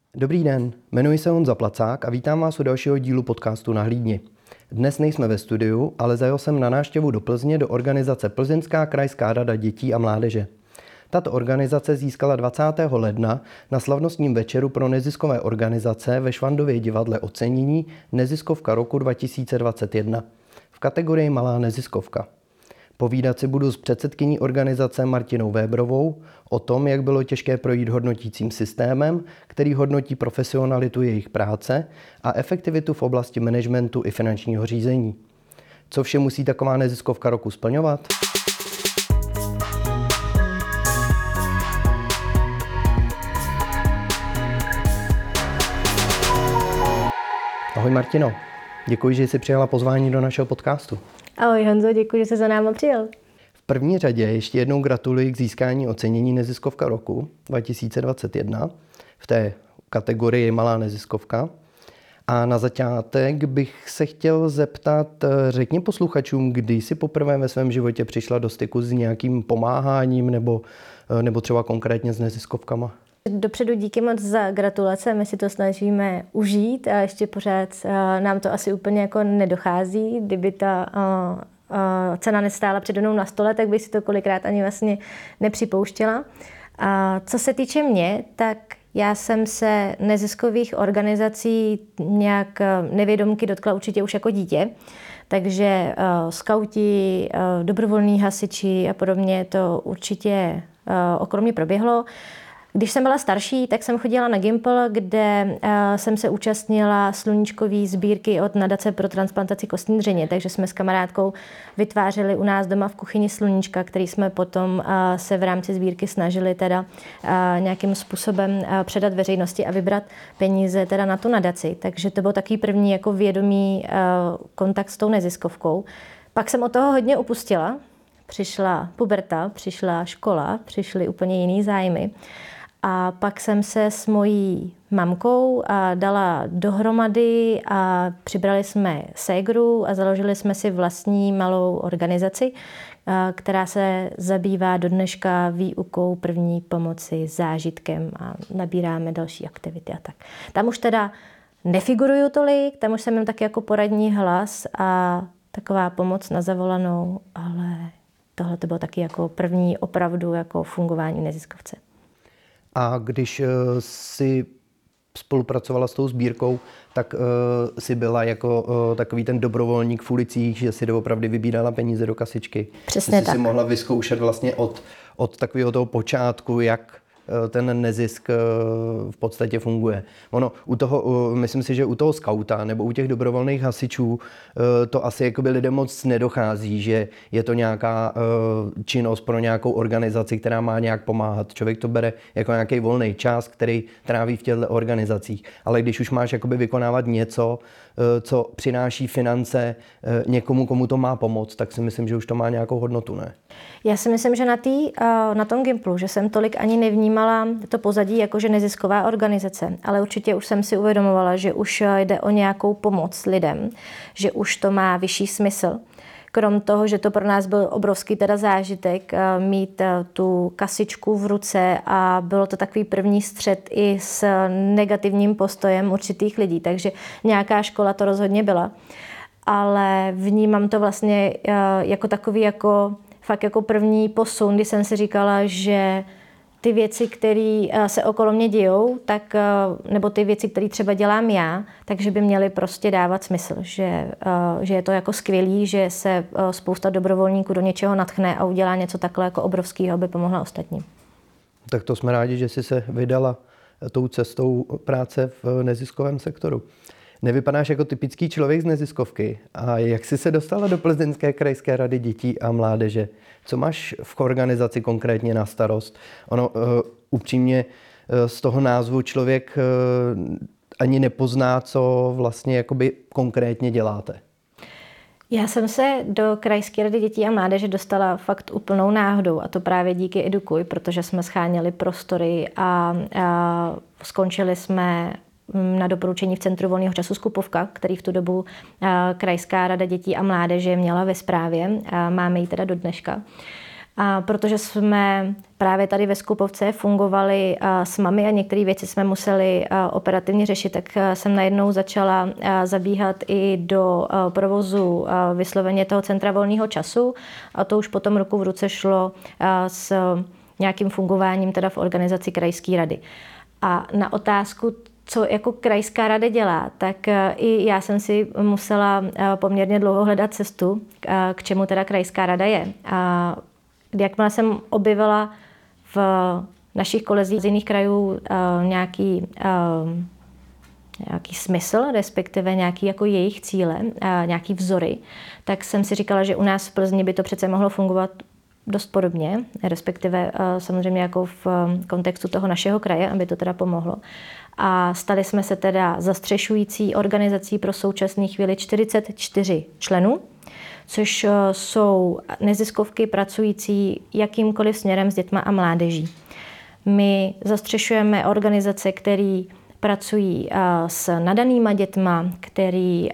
Dobrý den, jmenuji se Honza Placák a vítám vás u dalšího dílu podcastu Nahlídni. Dnes nejsme ve studiu, ale zajel jsem na návštěvu do Plzně do organizace Plzeňská krajská rada dětí a mládeže. Tato organizace získala 20. ledna na slavnostním večeru pro neziskové organizace ve Švandově divadle ocenění Neziskovka roku 2021 v kategorii Malá neziskovka. Povídat si budu s předsedkyní organizace Martinou Vébrovou o tom, jak bylo těžké projít hodnotícím systémem, který hodnotí profesionalitu jejich práce a efektivitu v oblasti managementu i finančního řízení. Co vše musí taková neziskovka roku splňovat? Ahoj Martino, děkuji, že jsi přijala pozvání do našeho podcastu. Ahoj Honzo, děkuji, že jsi za náma přijel. V první řadě ještě jednou gratuluji k získání ocenění Neziskovka roku 2021 v té kategorii Malá neziskovka. A na začátek bych se chtěl zeptat, řekni posluchačům, kdy jsi poprvé ve svém životě přišla do styku s nějakým pomáháním nebo třeba konkrétně s neziskovkama? Dopředu díky moc za gratulace, my si to snažíme užít a ještě pořád nám to asi úplně jako nedochází. Kdyby ta cena nestála přede mnou na stole, tak bych si to kolikrát ani vlastně nepřipouštěla. A co se týče mě, tak já jsem se neziskových organizací nějak nevědomky dotkla určitě už jako dítě. Takže skauti, dobrovolní hasiči a podobně to určitě okolo mě proběhlo. Když jsem byla starší, tak jsem chodila na Gimpl, kde jsem se účastnila sluníčkové sbírky od nadace pro transplantaci kostní dřeně, takže jsme s kamarádkou vytvářeli u nás doma v kuchyni sluníčka, který jsme potom se v rámci sbírky snažili teda nějakým způsobem předat veřejnosti a vybrat peníze teda na tu nadaci. Takže to byl takový první jako vědomý kontakt s tou neziskovkou. Pak jsem od toho hodně upustila. Přišla puberta, přišla škola, přišly úplně jiný zájmy. A pak jsem se s mojí mamkou dala dohromady a přibrali jsme ségru a založili jsme si vlastní malou organizaci, která se zabývá do dneška výukou první pomoci, zážitkem a nabíráme další aktivity a tak. Tam už teda nefiguruju tolik, tam už jsem jen tak jako poradní hlas a taková pomoc na zavolanou, ale tohle to bylo taky jako první opravdu jako fungování neziskovce. A když si spolupracovala s tou sbírkou, tak si byla jako takový ten dobrovolník v ulicích, že si doopravdy vybírala peníze do kasičky. Přesně tak. Si mohla vyzkoušet vlastně od takového toho počátku, jak ten nezisk v podstatě funguje. Myslím si, že u toho skauta nebo u těch dobrovolných hasičů to asi jakoby lidem moc nedochází, že je to nějaká činnost pro nějakou organizaci, která má nějak pomáhat. Člověk to bere jako nějaký volný čas, který tráví v těchto organizacích. Ale když už máš jakoby vykonávat něco, co přináší finance někomu, komu to má pomoct, tak si myslím, že už to má nějakou hodnotu, ne? Já si myslím, že na tom Gimplu, že jsem tolik ani nevnímala to pozadí jakože nezisková organizace, ale určitě už jsem si uvědomovala, že už jde o nějakou pomoc lidem, že už to má vyšší smysl. Krom toho, že to pro nás byl obrovský teda zážitek mít tu kasičku v ruce a bylo to takový první střet i s negativním postojem určitých lidí, takže nějaká škola to rozhodně byla. Ale vnímám to vlastně jako takový fakt jako první posun, kdy jsem si říkala, že ty věci, které se okolo mě dějou, nebo ty věci, které třeba dělám já, takže by měly prostě dávat smysl, že je to jako skvělý, že se spousta dobrovolníků do něčeho nadchne a udělá něco takhle jako obrovského, aby pomohla ostatním. Tak to jsme rádi, že jsi se vydala tou cestou práce v neziskovém sektoru. Nevypadáš jako typický člověk z neziskovky. A jak jsi se dostala do Plzeňské krajské rady dětí a mládeže? Co máš v organizaci konkrétně na starost? Upřímně z toho názvu člověk ani nepozná, co vlastně jakoby konkrétně děláte. Já jsem se do Krajské rady dětí a mládeže dostala fakt úplnou náhodou a to právě díky Edukuj, protože jsme scháněli prostory a skončili jsme na doporučení v Centru volného času Skupovka, který v tu dobu Krajská rada dětí a mládeže měla ve správě. Máme ji teda do dneška. A protože jsme právě tady ve Skupovce fungovali s mami a některé věci jsme museli operativně řešit, tak jsem najednou začala zabíhat i do provozu vysloveně toho centra volného času a to už potom ruku v ruce šlo s nějakým fungováním teda v organizaci krajské rady. A na otázku, co jako krajská rada dělá, tak i já jsem si musela poměrně dlouho hledat cestu, k čemu teda krajská rada je. A jakmile jsem objevila v našich kolezích z jiných krajů nějaký smysl, respektive nějaký jako jejich cíle, nějaký vzory, tak jsem si říkala, že u nás v Plzni by to přece mohlo fungovat dost podobně, respektive samozřejmě jako v kontextu toho našeho kraje, aby to teda pomohlo. A stali jsme se teda zastřešující organizací pro současné chvíli 44 členů, což jsou neziskovky pracující jakýmkoliv směrem s dětma a mládeží. My zastřešujeme organizace, které pracují s nadanýma dětma, který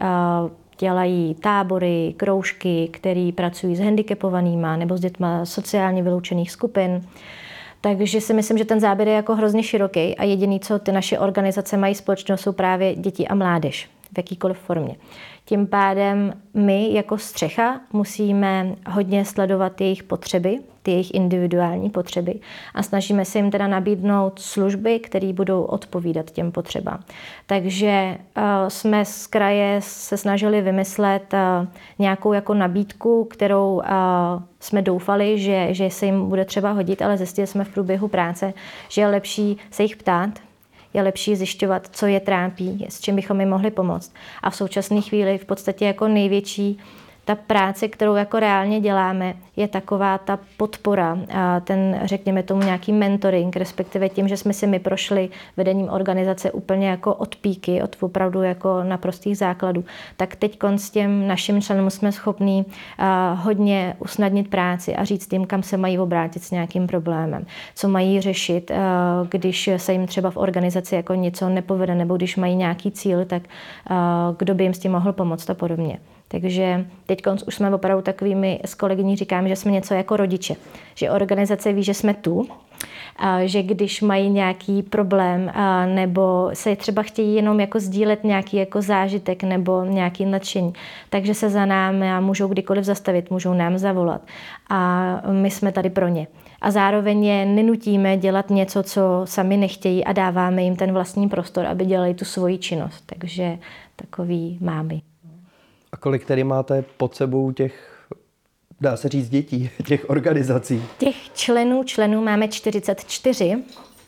dělají tábory, kroužky, který pracují s handicapovanýma nebo s dětma sociálně vyloučených skupin. Takže si myslím, že ten záběr je jako hrozně široký a jediný, co ty naše organizace mají společného, jsou právě děti a mládež v jakýkoliv formě. Tím pádem my jako střecha musíme hodně sledovat jejich potřeby, ty jejich individuální potřeby a snažíme se jim teda nabídnout služby, které budou odpovídat těm potřebám. Takže jsme z kraje se snažili vymyslet nějakou jako nabídku, kterou jsme doufali, že se jim bude třeba hodit, ale zjistili jsme v průběhu práce, že je lepší se jich ptát, je lepší zjišťovat, co je trápí, s čím bychom jim mohli pomoct. A v současné chvíli v podstatě jako největší ta práce, kterou jako reálně děláme, je taková ta podpora, a ten, řekněme tomu, nějaký mentoring, respektive tím, že jsme si my prošli vedením organizace úplně jako od píky, od opravdu jako naprostých základů, tak teď s těm našim členům jsme schopní hodně usnadnit práci a říct jim, kam se mají obrátit s nějakým problémem, co mají řešit, když se jim třeba v organizaci jako něco nepovede, nebo když mají nějaký cíl, tak kdo by jim s tím mohl pomoct a podobně. Takže teď už jsme opravdu takovými s kolegyní říkáme, že jsme něco jako rodiče. Že organizace ví, že jsme tu, že když mají nějaký problém nebo se třeba chtějí jenom jako sdílet nějaký jako zážitek nebo nějaký nadšení, takže se za námi můžou kdykoliv zastavit, můžou nám zavolat a my jsme tady pro ně. A zároveň je nenutíme dělat něco, co sami nechtějí a dáváme jim ten vlastní prostor, aby dělali tu svoji činnost. Takže takový máme. A kolik tedy máte pod sebou těch, dá se říct, dětí, těch organizací? Těch členů máme 44,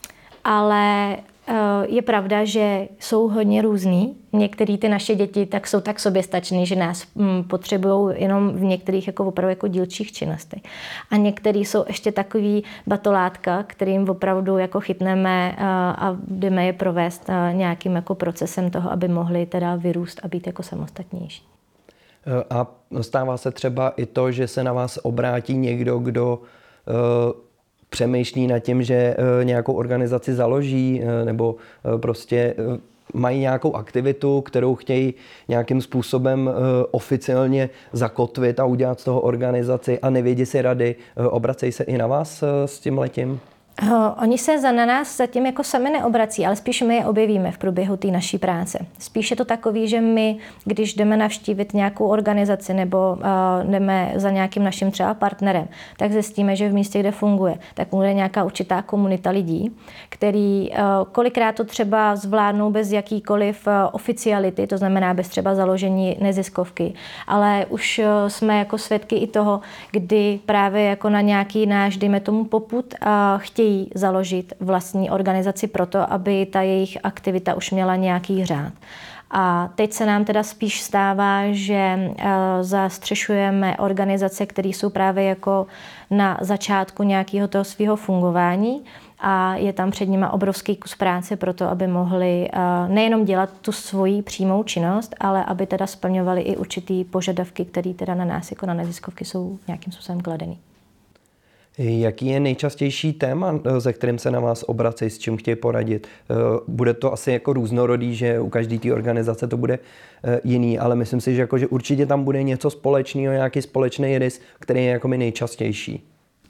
ale je pravda, že jsou hodně různý. Některé ty naše děti tak jsou tak soběstačný, že nás potřebují jenom v některých jako opravdu jako dílčích činnostech. A některý jsou ještě takový batolátka, kterým opravdu jako chytneme a jdeme je provést nějakým jako procesem toho, aby mohli teda vyrůst a být jako samostatnější. A stává se třeba i to, že se na vás obrátí někdo, kdo přemýšlí nad tím, že nějakou organizaci založí nebo prostě mají nějakou aktivitu, kterou chtějí nějakým způsobem oficiálně zakotvit a udělat z toho organizaci a nevědí si rady. Obracejí se i na vás s tímhletím? Oni se na nás zatím jako sami neobrací, ale spíš my je objevíme v průběhu té naší práce. Spíš je to takový, že my, když jdeme navštívit nějakou organizaci nebo jdeme za nějakým naším třeba partnerem, tak zjistíme, že v místě, kde funguje, tak bude nějaká určitá komunita lidí, který kolikrát to třeba zvládnou bez jakýkoliv oficiality, to znamená bez třeba založení neziskovky, ale už jsme jako svědky i toho, kdy právě jako na nějaký náš, dejme tomu popud, chtějí založit vlastní organizaci proto, aby ta jejich aktivita už měla nějaký řád. A teď se nám teda spíš stává, že zastřešujeme organizace, které jsou právě jako na začátku nějakého toho svého fungování a je tam před nimi obrovský kus práce pro to, aby mohli nejenom dělat tu svoji přímou činnost, ale aby teda splňovali i určitý požadavky, které teda na nás jako na neziskovky jsou nějakým způsobem kladený. Jaký je nejčastější téma, se kterým se na vás obracejí, s čím chtějí poradit? Bude to asi jako různorodý, že u každé té organizace to bude jiný, ale myslím si, že určitě tam bude něco společného, nějaký společný rys, který je jako nejčastější.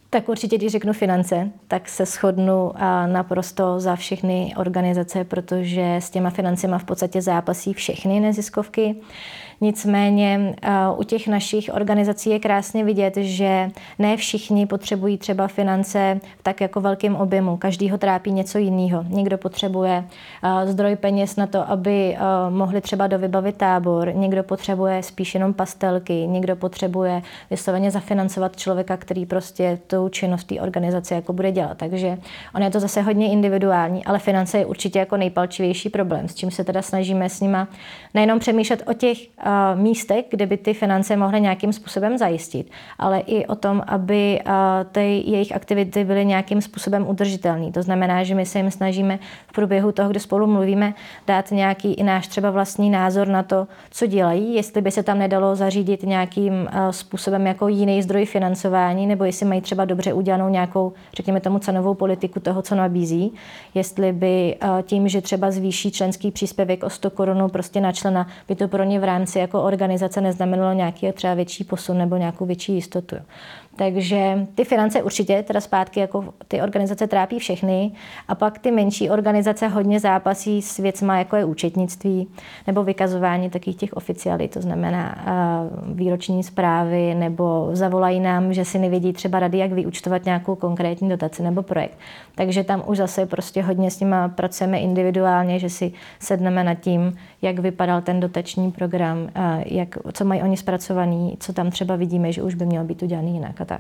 Tak určitě, když řeknu finance, tak se shodnu naprosto za všechny organizace, protože s těma financema v podstatě zápasí všechny neziskovky. Nicméně u těch našich organizací je krásně vidět, že ne všichni potřebují třeba finance v tak jako velkém objemu. Každýho trápí něco jiného. Někdo potřebuje zdroj peněz na to, aby mohli třeba dovybavit tábor. Někdo potřebuje spíš jenom pastelky. Někdo potřebuje vysloveně zafinancovat člověka, který prostě tu činnost té organizace jako bude dělat. Takže ono je to zase hodně individuální, ale finance je určitě jako nejpalčivější problém, s čím se teda snažíme s nima nejenom přemýšlet o těch místech, kde by ty finance mohly nějakým způsobem zajistit, ale i o tom, aby ty jejich aktivity byly nějakým způsobem udržitelné. To znamená, že my se jim snažíme v průběhu toho, kdy spolu mluvíme, dát nějaký i náš třeba vlastní názor na to, co dělají, jestli by se tam nedalo zařídit nějakým způsobem jako jiný zdroj financování, nebo jestli mají třeba dobře udělanou nějakou, řekněme tomu, cenovou politiku toho, co nabízí, jestli by tím, že třeba zvýší členský příspěvek o 100 korun prostě na člena, by to pro ně v rámci jako organizace neznamenalo nějaký třeba větší posun nebo nějakou větší jistotu. Takže ty finance určitě teda zpátky jako ty organizace trápí všechny a pak ty menší organizace hodně zápasí s věcma, jako je účetnictví nebo vykazování takových těch oficiálí, to znamená výroční zprávy, nebo zavolají nám, že si nevědí třeba rady, jak vyúčtovat nějakou konkrétní dotaci nebo projekt. Takže tam už zase prostě hodně s nima pracujeme individuálně, že si sedneme nad tím, jak vypadal ten dotační program, co mají oni zpracovaný, co tam třeba vidíme, že už by mělo být udělaný jinak a tak.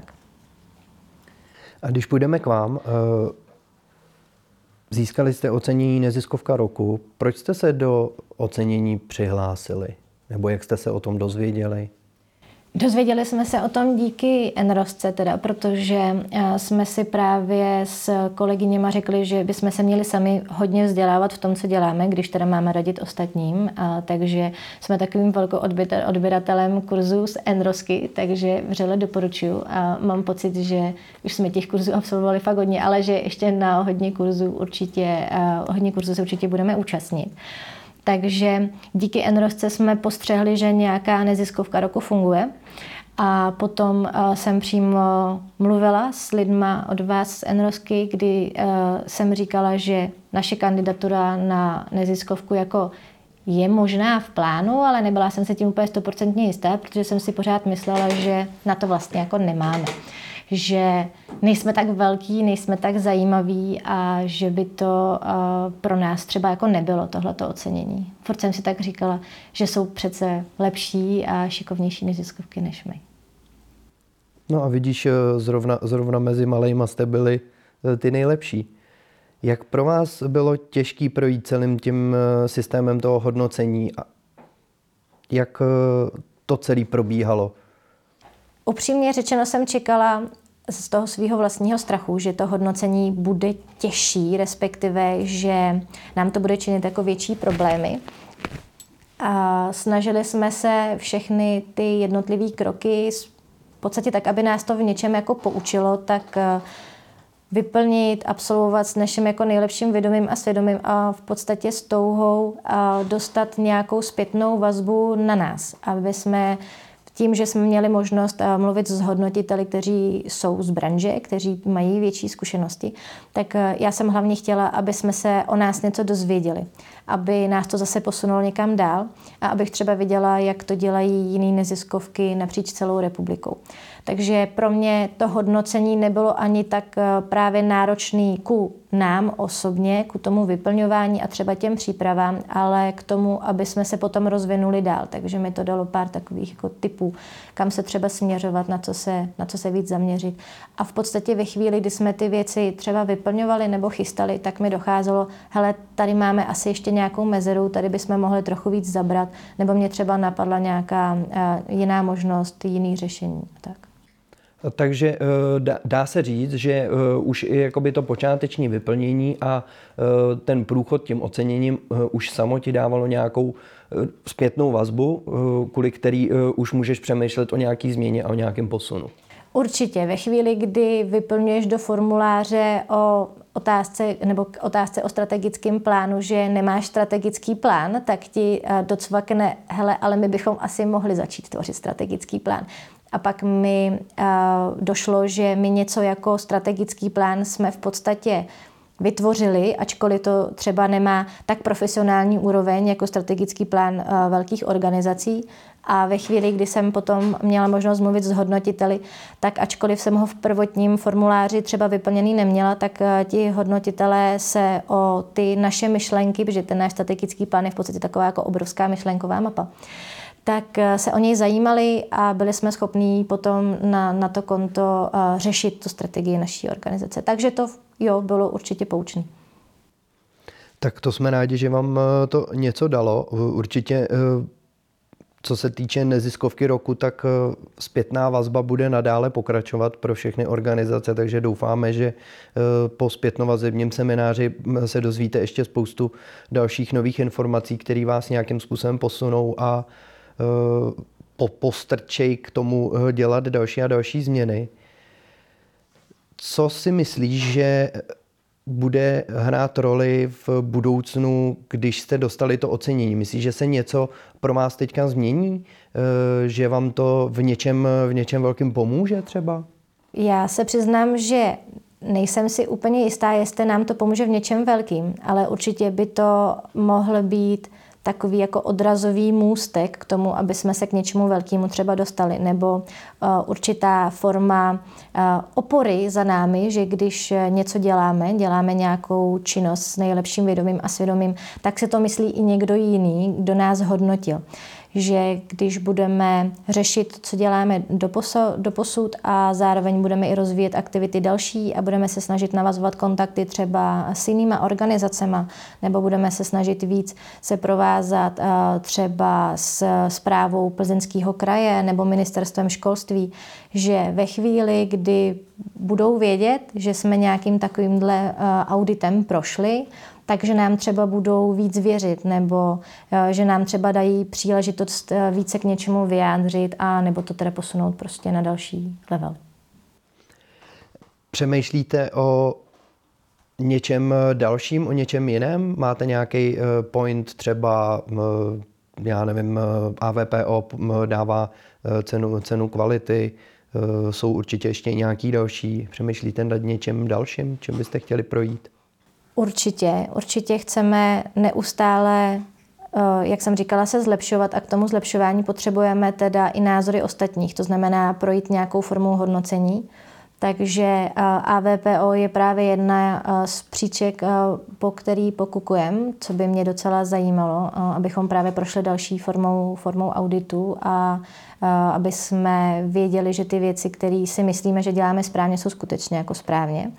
A když půjdeme k vám, získali jste ocenění Neziskovka roku. Proč jste se do ocenění přihlásili? Nebo jak jste se o tom dozvěděli? Dozvěděli jsme se o tom díky Enrosce, teda, protože jsme si právě s kolegyněma řekli, že bychom se měli sami hodně vzdělávat v tom, co děláme, když teda máme radit ostatním. Takže jsme takovým velkou odběratelem kurzů z Enrosky, takže vřele doporučuji a mám pocit, že už jsme těch kurzů absolvovali fakt hodně, ale že ještě na hodně kurzů se určitě budeme účastnit. Takže díky Enrosce jsme postřehli, že nějaká neziskovka roku funguje. A potom jsem přímo mluvila s lidma od vás z Enrosky, kdy jsem říkala, že naše kandidatura na neziskovku jako je možná v plánu, ale nebyla jsem se tím úplně 100% jistá, protože jsem si pořád myslela, že na to vlastně jako nemáme. Že nejsme tak velký, nejsme tak zajímaví a že by to pro nás třeba jako nebylo tohleto ocenění. Furt jsem si tak říkala, že jsou přece lepší a šikovnější neziskovky než my. No a vidíš, zrovna mezi malejma jste byli ty nejlepší. Jak pro vás bylo těžké projít celým tím systémem toho hodnocení a jak to celé probíhalo? Upřímně řečeno jsem čekala z toho svého vlastního strachu, že to hodnocení bude těžší, respektive, že nám to bude činit jako větší problémy. A snažili jsme se všechny ty jednotlivé kroky v podstatě tak, aby nás to v něčem jako poučilo, tak vyplnit, absolvovat s naším jako nejlepším vědomím a svědomím a v podstatě s touhou dostat nějakou zpětnou vazbu na nás, aby jsme tím, že jsme měli možnost mluvit s hodnotiteli, kteří jsou z branže, kteří mají větší zkušenosti, tak já jsem hlavně chtěla, aby jsme se o nás něco dozvěděli, aby nás to zase posunulo někam dál a abych třeba viděla, jak to dělají jiné neziskovky napříč celou republikou. Takže pro mě to hodnocení nebylo ani tak právě náročný ku nám osobně, ku tomu vyplňování a třeba těm přípravám, ale k tomu, aby jsme se potom rozvinuli dál. Takže mi to dalo pár takových jako tipů, kam se třeba směřovat, na co se víc zaměřit. A v podstatě ve chvíli, kdy jsme ty věci třeba vyplňovali nebo chystali, tak mi docházelo, hele, tady máme asi ještě nějakou mezeru, tady bychom mohli trochu víc zabrat, nebo mě třeba napadla nějaká jiná možnost, jiný řešení. Tak. Takže dá se říct, že už i jakoby to počáteční vyplnění a ten průchod tím oceněním už samo ti dávalo nějakou zpětnou vazbu, kvůli který už můžeš přemýšlet o nějaký změně a o nějakém posunu. Určitě. Ve chvíli, kdy vyplňuješ do formuláře o otázce o strategickém plánu, že nemáš strategický plán, tak ti docvakne, hele, ale my bychom asi mohli začít tvořit strategický plán. a pak mi došlo, že my něco jako strategický plán jsme v podstatě vytvořili, ačkoliv to třeba nemá tak profesionální úroveň jako strategický plán velkých organizací. A ve chvíli, kdy jsem potom měla možnost mluvit s hodnotiteli, tak ačkoliv jsem ho v prvotním formuláři třeba vyplněný neměla, tak ti hodnotitelé se o ty naše myšlenky, protože ten náš strategický plán je v podstatě taková jako obrovská myšlenková mapa, tak se o něj zajímali a byli jsme schopní potom na to konto řešit tu strategii naší organizace. Takže to bylo určitě poučné. Tak to jsme rádi, že vám to něco dalo. Určitě, co se týče neziskovky roku, tak zpětná vazba bude nadále pokračovat pro všechny organizace, takže doufáme, že po zpětnovazebním semináři se dozvíte ještě spoustu dalších nových informací, které vás nějakým způsobem posunou a postrčej k tomu dělat další a další změny. Co si myslíš, že bude hrát roli v budoucnu, když jste dostali to ocenění? Myslíš, že se něco pro vás teďka změní? Že vám to v něčem velkým pomůže třeba? Já se přiznám, že nejsem si úplně jistá, jestli nám to pomůže v něčem velkým, ale určitě by to mohl být takový jako odrazový můstek k tomu, aby jsme se k něčemu velkému třeba dostali, nebo určitá forma opory za námi, že když něco děláme nějakou činnost s nejlepším vědomím a svědomím, tak se to myslí i někdo jiný, kdo nás hodnotil. Že když budeme řešit, co děláme doposud a zároveň budeme i rozvíjet aktivity další a budeme se snažit navazovat kontakty třeba s jinýma organizacema, nebo budeme se snažit víc se provázat třeba s správou Plzeňského kraje nebo ministerstvem školství, že ve chvíli, kdy budou vědět, že jsme nějakým takovýmhle auditem prošli, takže nám třeba budou víc věřit, nebo že nám třeba dají příležitost více k něčemu vyjádřit a nebo to teda posunout prostě na další level. Přemýšlíte o něčem dalším, o něčem jiném? Máte nějaký point, třeba, já nevím, AVPO dává cenu kvality, jsou určitě ještě nějaký další. Přemýšlíte nad něčem dalším, čím byste chtěli projít? Určitě chceme neustále, jak jsem říkala, se zlepšovat a k tomu zlepšování potřebujeme teda i názory ostatních, to znamená projít nějakou formou hodnocení. Takže AVPO je právě jedna z příček, po který pokukujeme, co by mě docela zajímalo, abychom právě prošli další formou auditu a aby jsme věděli, že ty věci, které si myslíme, že děláme správně, jsou skutečně jako správně.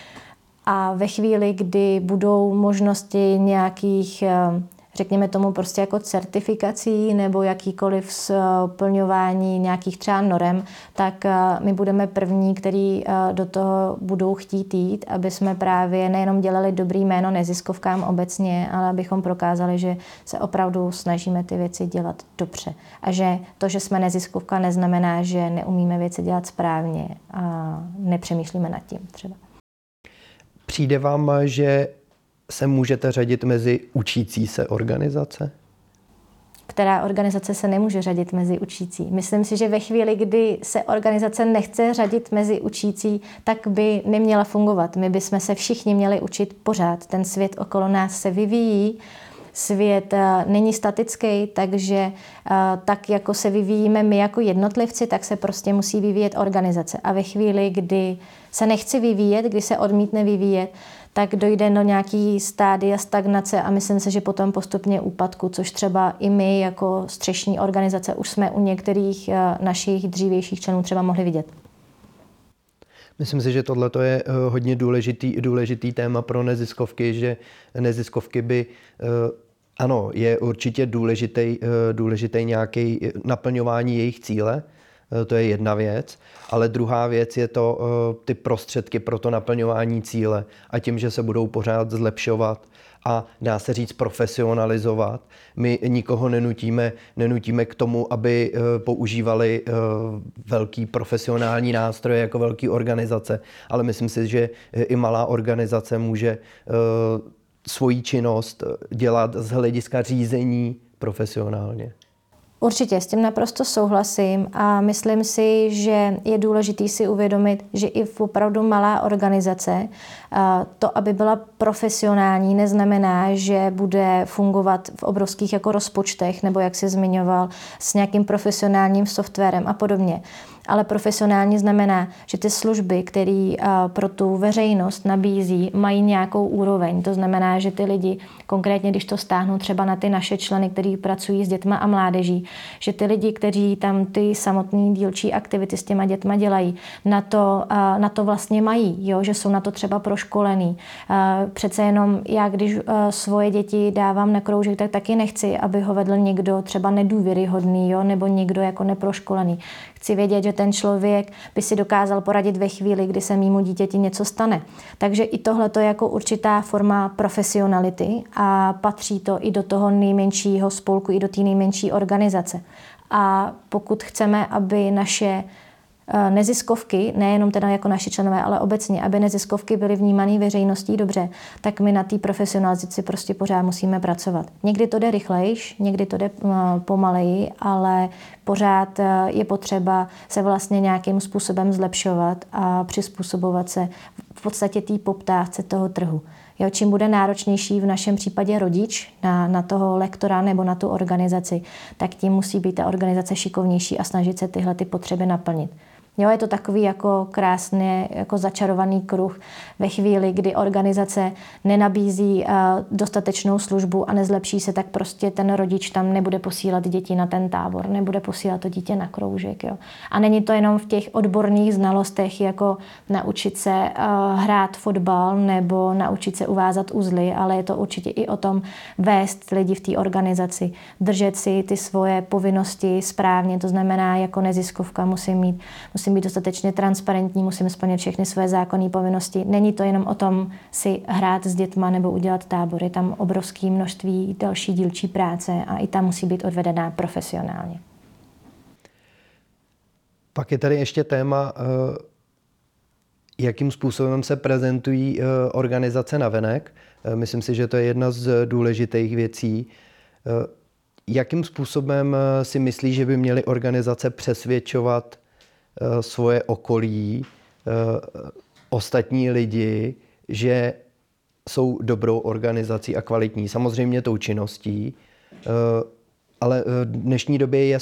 A ve chvíli, kdy budou možnosti nějakých, řekněme tomu prostě jako certifikací nebo jakýkoliv splňování nějakých třeba norem, tak my budeme první, který do toho budou chtít jít, aby jsme právě nejenom dělali dobrý jméno neziskovkám obecně, ale abychom prokázali, že se opravdu snažíme ty věci dělat dobře. A že to, že jsme neziskovka, neznamená, že neumíme věci dělat správně a nepřemýšlíme nad tím třeba. Přijde vám, že se můžete řadit mezi učící se organizace? Která organizace se nemůže řadit mezi učící? Myslím si, že ve chvíli, kdy se organizace nechce řadit mezi učící, tak by neměla fungovat. My bychom se všichni měli učit pořád. Ten svět okolo nás se vyvíjí, svět není statický, takže tak, jako se vyvíjíme my jako jednotlivci, tak se prostě musí vyvíjet organizace. A ve chvíli, kdy se nechce vyvíjet, kdy se odmítne vyvíjet, tak dojde do nějaký stádia stagnace a myslím si, že potom postupně úpadku, což třeba i my jako střešní organizace už jsme u některých našich dřívějších členů třeba mohli vidět. Myslím si, že tohle je hodně důležitý téma pro neziskovky, že neziskovky by, ano, je určitě důležitý nějaký naplňování jejich cíle, to je jedna věc, ale druhá věc je to ty prostředky pro to naplňování cíle a tím, že se budou pořád zlepšovat a dá se říct profesionalizovat. My nikoho nenutíme k tomu, aby používali velký profesionální nástroje jako velké organizace, ale myslím si, že i malá organizace může svoji činnost dělat z hlediska řízení profesionálně. Určitě, s tím naprosto souhlasím a myslím si, že je důležité si uvědomit, že i v opravdu malá organizace to, aby byla profesionální, neznamená, že bude fungovat v obrovských jako rozpočtech nebo, jak jsi zmiňoval, s nějakým profesionálním softwarem a podobně. Ale profesionální znamená, že ty služby, které pro tu veřejnost nabízí, mají nějakou úroveň. To znamená, že ty lidi, konkrétně když to stáhnu třeba na ty naše členy, kteří pracují s dětma a mládeží, že ty lidi, kteří tam ty samotné dílčí aktivity s těma dětma dělají, na to vlastně mají, jo? Že jsou na to třeba proškolený. Přece jenom já, když svoje děti dávám na kroužek, tak taky nechci, aby ho vedl někdo třeba nedůvěryhodný, jo? Nebo někdo jako neproškolený. Chci vědět, že ten člověk by si dokázal poradit ve chvíli, kdy se mému dítěti něco stane. Takže i tohle je jako určitá forma profesionality a patří to i do toho nejmenšího spolku, i do té nejmenší organizace. A pokud chceme, aby naše neziskovky, nejenom teda jako naši členové, ale obecně, aby neziskovky byly vnímané veřejností dobře, tak my na té profesionalizaci prostě pořád musíme pracovat. Někdy to jde rychlejš, někdy to jde pomaleji, ale pořád je potřeba se vlastně nějakým způsobem zlepšovat a přizpůsobovat se v podstatě té poptávce toho trhu. Jo, čím bude náročnější v našem případě rodič na toho lektora nebo na tu organizaci, tak tím musí být ta organizace šikovnější a snažit se tyhle ty potřeby naplnit. Jo, je to takový jako krásně jako začarovaný kruh ve chvíli, kdy organizace nenabízí dostatečnou službu a nezlepší se, tak prostě ten rodič tam nebude posílat děti na ten tábor, nebude posílat to dítě na kroužek. Jo. A není to jenom v těch odborných znalostech, jako naučit se hrát fotbal nebo naučit se uvázat uzly, ale je to určitě i o tom vést lidi v té organizaci, držet si ty svoje povinnosti správně, to znamená jako neziskovka musím být dostatečně transparentní, musím splnit všechny své zákonné povinnosti. Není to jenom o tom si hrát s dětma nebo udělat tábor. Je tam obrovské množství další dílčí práce a i ta musí být odvedená profesionálně. Pak je tady ještě téma, jakým způsobem se prezentují organizace navenek. Myslím si, že to je jedna z důležitých věcí. Jakým způsobem si myslí, že by měly organizace přesvědčovat svoje okolí, ostatní lidi, že jsou dobrou organizací a kvalitní. Samozřejmě tou činností, ale v dnešní době je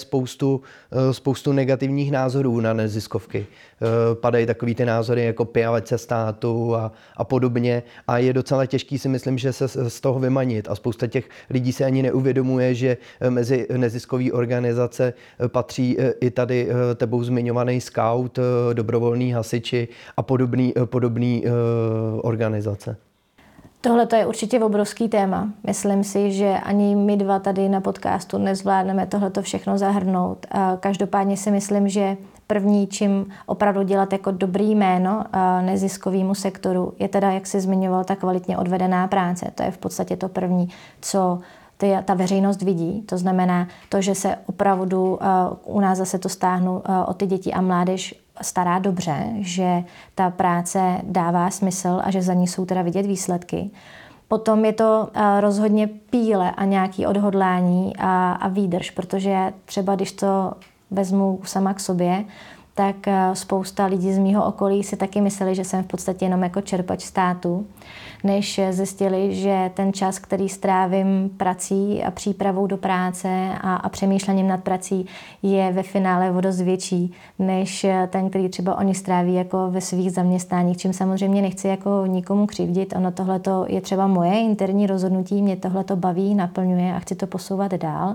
spoustu negativních názorů na neziskovky. Padají takový ty názory jako pijavec se státu a podobně a je docela těžký si myslím, že se z toho vymanit a spousta těch lidí se ani neuvědomuje, že mezi neziskové organizace patří i tady tebou zmiňovaný scout, dobrovolní hasiči a podobný organizace. Tohle je určitě obrovský téma. Myslím si, že ani my dva tady na podcastu nezvládneme tohleto všechno zahrnout. Každopádně si myslím, že první, čím opravdu dělat jako dobrý jméno neziskovému sektoru, je teda, jak jsi zmiňoval, ta kvalitně odvedená práce. To je v podstatě to první, co ta veřejnost vidí. To znamená to, že se opravdu, u nás zase to stáhnu, o ty děti a mládež stará dobře, že ta práce dává smysl a že za ní jsou teda vidět výsledky. Potom je to rozhodně píle a nějaký odhodlání a výdrž, protože třeba když to vezmu sama k sobě, tak spousta lidí z mýho okolí si taky mysleli, že jsem v podstatě jenom jako čerpač státu, než zjistili, že ten čas, který strávím prací a přípravou do práce a přemýšlením nad prací, je ve finále o dost větší, než ten, který třeba oni stráví jako ve svých zaměstnáních, čím samozřejmě nechci jako nikomu křivdit. Ono tohleto je třeba moje interní rozhodnutí, mě tohleto baví, naplňuje a chci to posouvat dál.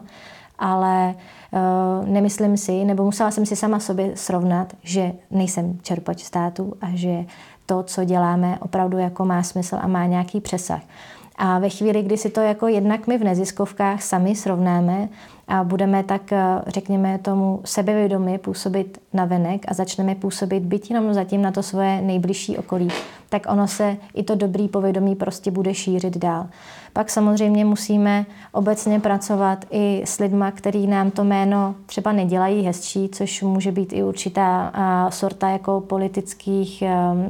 Ale nemyslím si, nebo musela jsem si sama sobě srovnat, že nejsem čerpač státu a že to, co děláme, opravdu jako má smysl a má nějaký přesah. A ve chvíli, kdy si to jako jednak my v neziskovkách sami srovnáme a budeme tak, řekněme, tomu sebevědomě působit navenek a začneme působit byť jenom zatím na to svoje nejbližší okolí, tak ono se i to dobrý povědomí prostě bude šířit dál. Pak samozřejmě musíme obecně pracovat i s lidma, který nám to jméno třeba nedělají hezčí, což může být i určitá sorta jako politických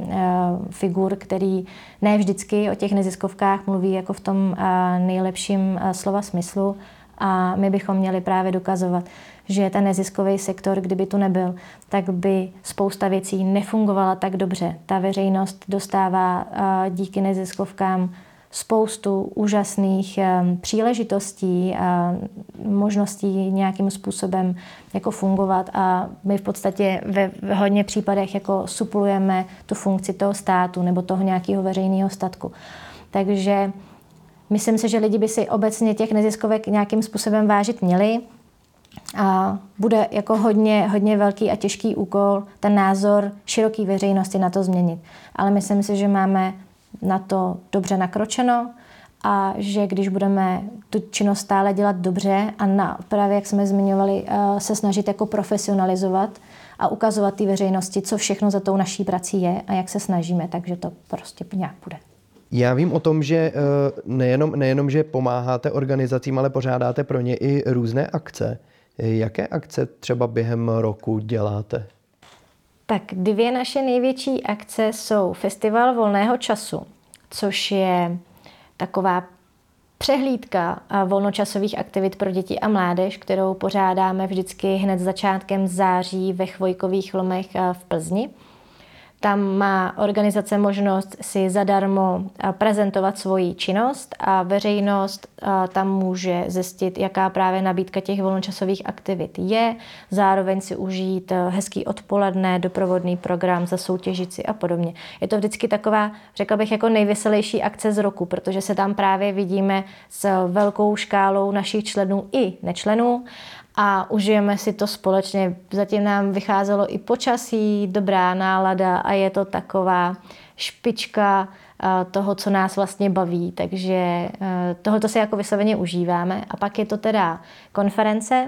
figur, který ne vždycky o těch neziskovkách mluví jako v tom nejlepším slova smyslu. A my bychom měli právě dokazovat, že ten neziskový sektor, kdyby tu nebyl, tak by spousta věcí nefungovala tak dobře. Ta veřejnost dostává díky neziskovkám spoustu úžasných příležitostí a možností nějakým způsobem jako fungovat a my v podstatě ve hodně případech jako suplujeme tu funkci toho státu nebo toho nějakého veřejného statku. Takže myslím si, že lidi by si obecně těch neziskovek nějakým způsobem vážit měli a bude jako hodně velký a těžký úkol ten názor široké veřejnosti na to změnit. Ale myslím si, že máme na to dobře nakročeno a že když budeme tu činnost stále dělat dobře a právě, jak jsme zmiňovali, se snažit jako profesionalizovat a ukazovat té veřejnosti, co všechno za tou naší prací je a jak se snažíme, takže to prostě nějak bude. Já vím o tom, že nejenom, že pomáháte organizacím, ale pořádáte pro ně i různé akce. Jaké akce třeba během roku děláte? Tak 2 naše největší akce jsou Festival volného času, což je taková přehlídka volnočasových aktivit pro děti a mládež, kterou pořádáme vždycky hned začátkem září ve Chvojkových lomech v Plzni. Tam má organizace možnost si zadarmo prezentovat svoji činnost a veřejnost tam může zjistit, jaká právě nabídka těch volnočasových aktivit je, zároveň si užít hezký odpoledne, doprovodný program, zasoutěžit si a podobně. Je to vždycky taková, řekla bych, jako nejveselější akce z roku, protože se tam právě vidíme s velkou škálou našich členů i nečlenů a užijeme si to společně. Zatím nám vycházelo i počasí, dobrá nálada a je to taková špička toho, co nás vlastně baví. Takže tohoto si jako vysloveně užíváme. A pak je to teda konference.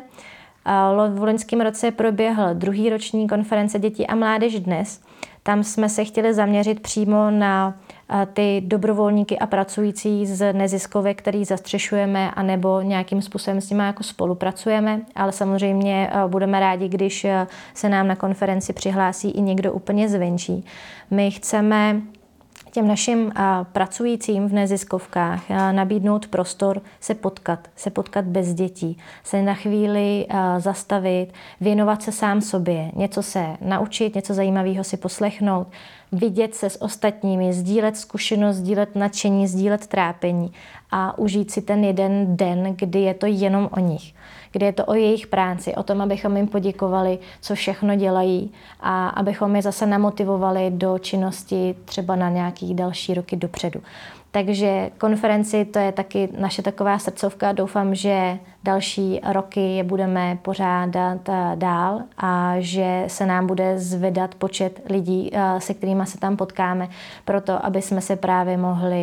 V loňském roce proběhl 2. roční konference Dětí a mládež dnes. Tam jsme se chtěli zaměřit přímo na ty dobrovolníky a pracující z neziskovek, který zastřešujeme, anebo nějakým způsobem s nimi jako spolupracujeme, ale samozřejmě budeme rádi, když se nám na konferenci přihlásí i někdo úplně zvenčí. My chceme těm našim pracujícím v neziskovkách nabídnout prostor se potkat bez dětí, se na chvíli zastavit, věnovat se sám sobě, něco se naučit, něco zajímavého si poslechnout, vidět se s ostatními, sdílet zkušenost, sdílet nadšení, sdílet trápení a užít si ten jeden den, kdy je to jenom o nich, kdy je to o jejich práci, o tom, abychom jim poděkovali, co všechno dělají a abychom je zase namotivovali do činnosti třeba na nějaký další roky dopředu. Takže konferenci, to je taky naše taková srdcovka. Doufám, že další roky je budeme pořádat dál a že se nám bude zvedat počet lidí, se kterými se tam potkáme, proto aby jsme se právě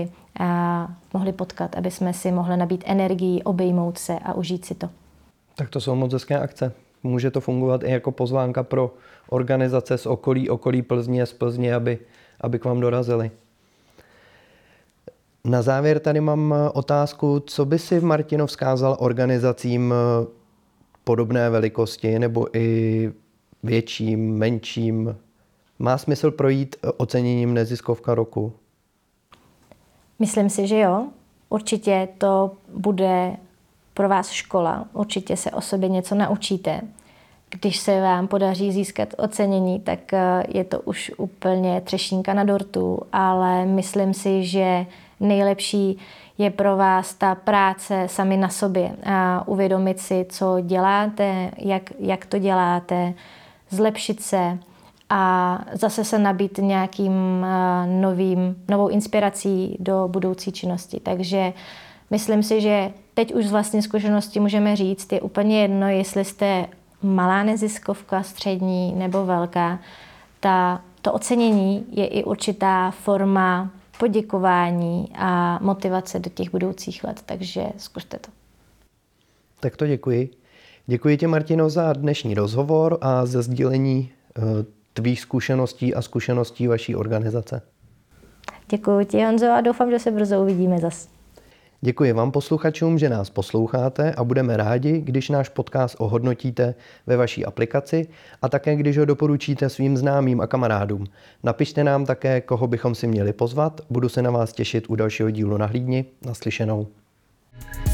mohli potkat, aby jsme si mohli nabít energii, obejmout se a užít si to. Tak to jsou moc hezké akce. Může to fungovat i jako pozvánka pro organizace z okolí Plzně, z Plzně, aby k vám dorazili. Na závěr tady mám otázku, co by si Martino vzkázal organizacím podobné velikosti nebo i větším, menším? Má smysl projít oceněním neziskovka roku? Myslím si, že jo. Určitě to bude pro vás škola. Určitě se o sobě něco naučíte. Když se vám podaří získat ocenění, tak je to už úplně třešínka na dortu, ale myslím si, že nejlepší je pro vás ta práce sami na sobě a uvědomit si, co děláte, jak to děláte, zlepšit se a zase se nabít nějakým novou inspirací do budoucí činnosti. Takže myslím si, že teď už z vlastní zkušenosti můžeme říct, je úplně jedno, jestli jste malá neziskovka, střední nebo velká. To ocenění je i určitá forma poděkování a motivace do těch budoucích let, takže zkuste to. Tak to děkuji. Děkuji ti, Martino, za dnešní rozhovor a za sdílení tvých zkušeností a zkušeností vaší organizace. Děkuji ti, Honzo, a doufám, že se brzo uvidíme zas. Děkuji vám posluchačům, že nás posloucháte a budeme rádi, když náš podcast ohodnotíte ve vaší aplikaci a také, když ho doporučíte svým známým a kamarádům. Napište nám také, koho bychom si měli pozvat. Budu se na vás těšit u dalšího dílu Na hlídni. Naslyšenou.